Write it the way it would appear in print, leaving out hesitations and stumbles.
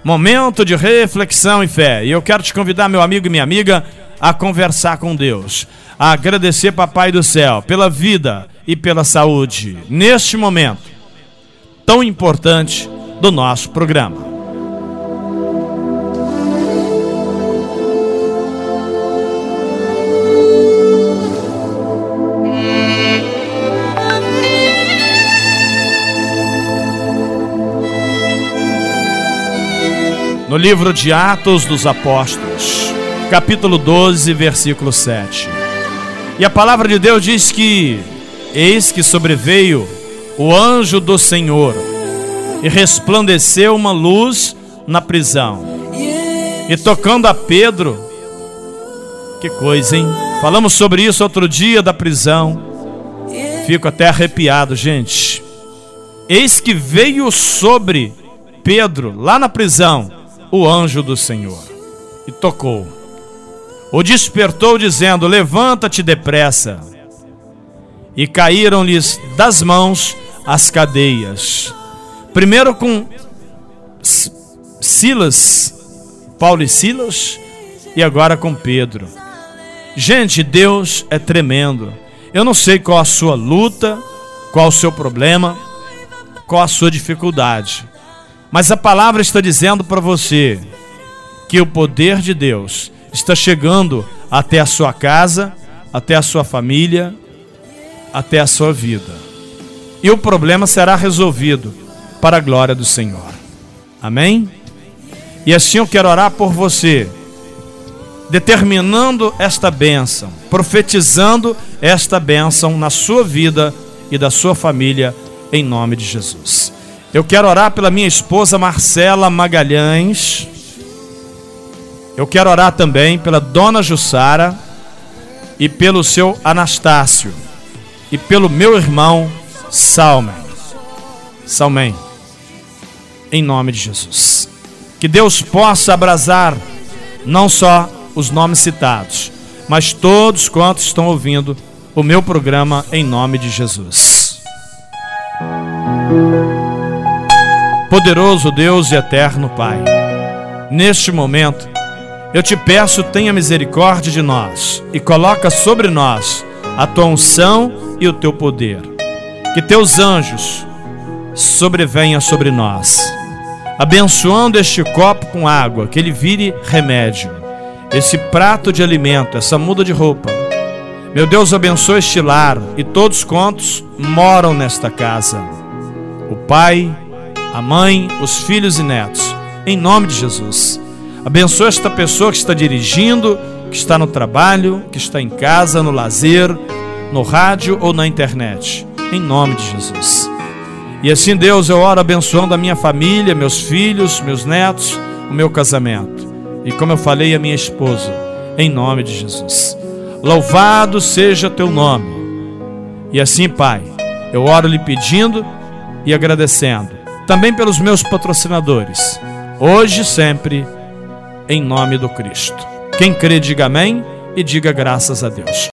Momento de reflexão e fé. E eu quero te convidar, meu amigo e minha amiga, a conversar com Deus, a agradecer, Papai do Céu, pela vida e pela saúde, neste momento tão importante do nosso programa. No livro de Atos dos Apóstolos, capítulo 12, versículo 7. E a palavra de Deus diz que: eis que sobreveio o anjo do Senhor, e resplandeceu uma luz na prisão. E tocando a Pedro, que coisa, hein? Falamos sobre isso outro dia da prisão. Fico até arrepiado, gente. Eis que veio sobre Pedro, lá na prisão, o anjo do Senhor, e tocou, o despertou, dizendo: levanta-te depressa. E caíram-lhes das mãos as cadeias, primeiro com Silas, Paulo e Silas, e agora com Pedro. Gente, Deus é tremendo. Eu não sei qual a sua luta, qual o seu problema, qual a sua dificuldade, mas a palavra está dizendo para você que o poder de Deus está chegando até a sua casa, até a sua família, até a sua vida. E o problema será resolvido para a glória do Senhor. Amém? E assim eu quero orar por você, determinando esta bênção, profetizando esta bênção na sua vida e da sua família, em nome de Jesus. Eu quero orar pela minha esposa Marcela Magalhães. Eu quero orar também pela dona Jussara e pelo seu Anastácio e pelo meu irmão Salmen. Em nome de Jesus. Que Deus possa abrasar não só os nomes citados, mas todos quantos estão ouvindo o meu programa, em nome de Jesus. Poderoso Deus e eterno Pai, neste momento eu te peço, tenha misericórdia de nós e coloca sobre nós a tua unção e o teu poder. Que teus anjos sobrevenham sobre nós, abençoando este copo com água, que ele vire remédio, esse prato de alimento, essa muda de roupa. Meu Deus, abençoa este lar e todos quantos moram nesta casa, o pai, a mãe, os filhos e netos, em nome de Jesus. Abençoa esta pessoa que está dirigindo, que está no trabalho, que está em casa, no lazer, no rádio ou na internet, em nome de Jesus. E assim, Deus, eu oro abençoando a minha família, meus filhos, meus netos, o meu casamento, e como eu falei, a minha esposa, em nome de Jesus. Louvado seja teu nome. E assim, Pai, eu oro lhe pedindo e agradecendo também pelos meus patrocinadores, hoje e sempre, em nome do Cristo. Quem crê, diga amém e diga graças a Deus.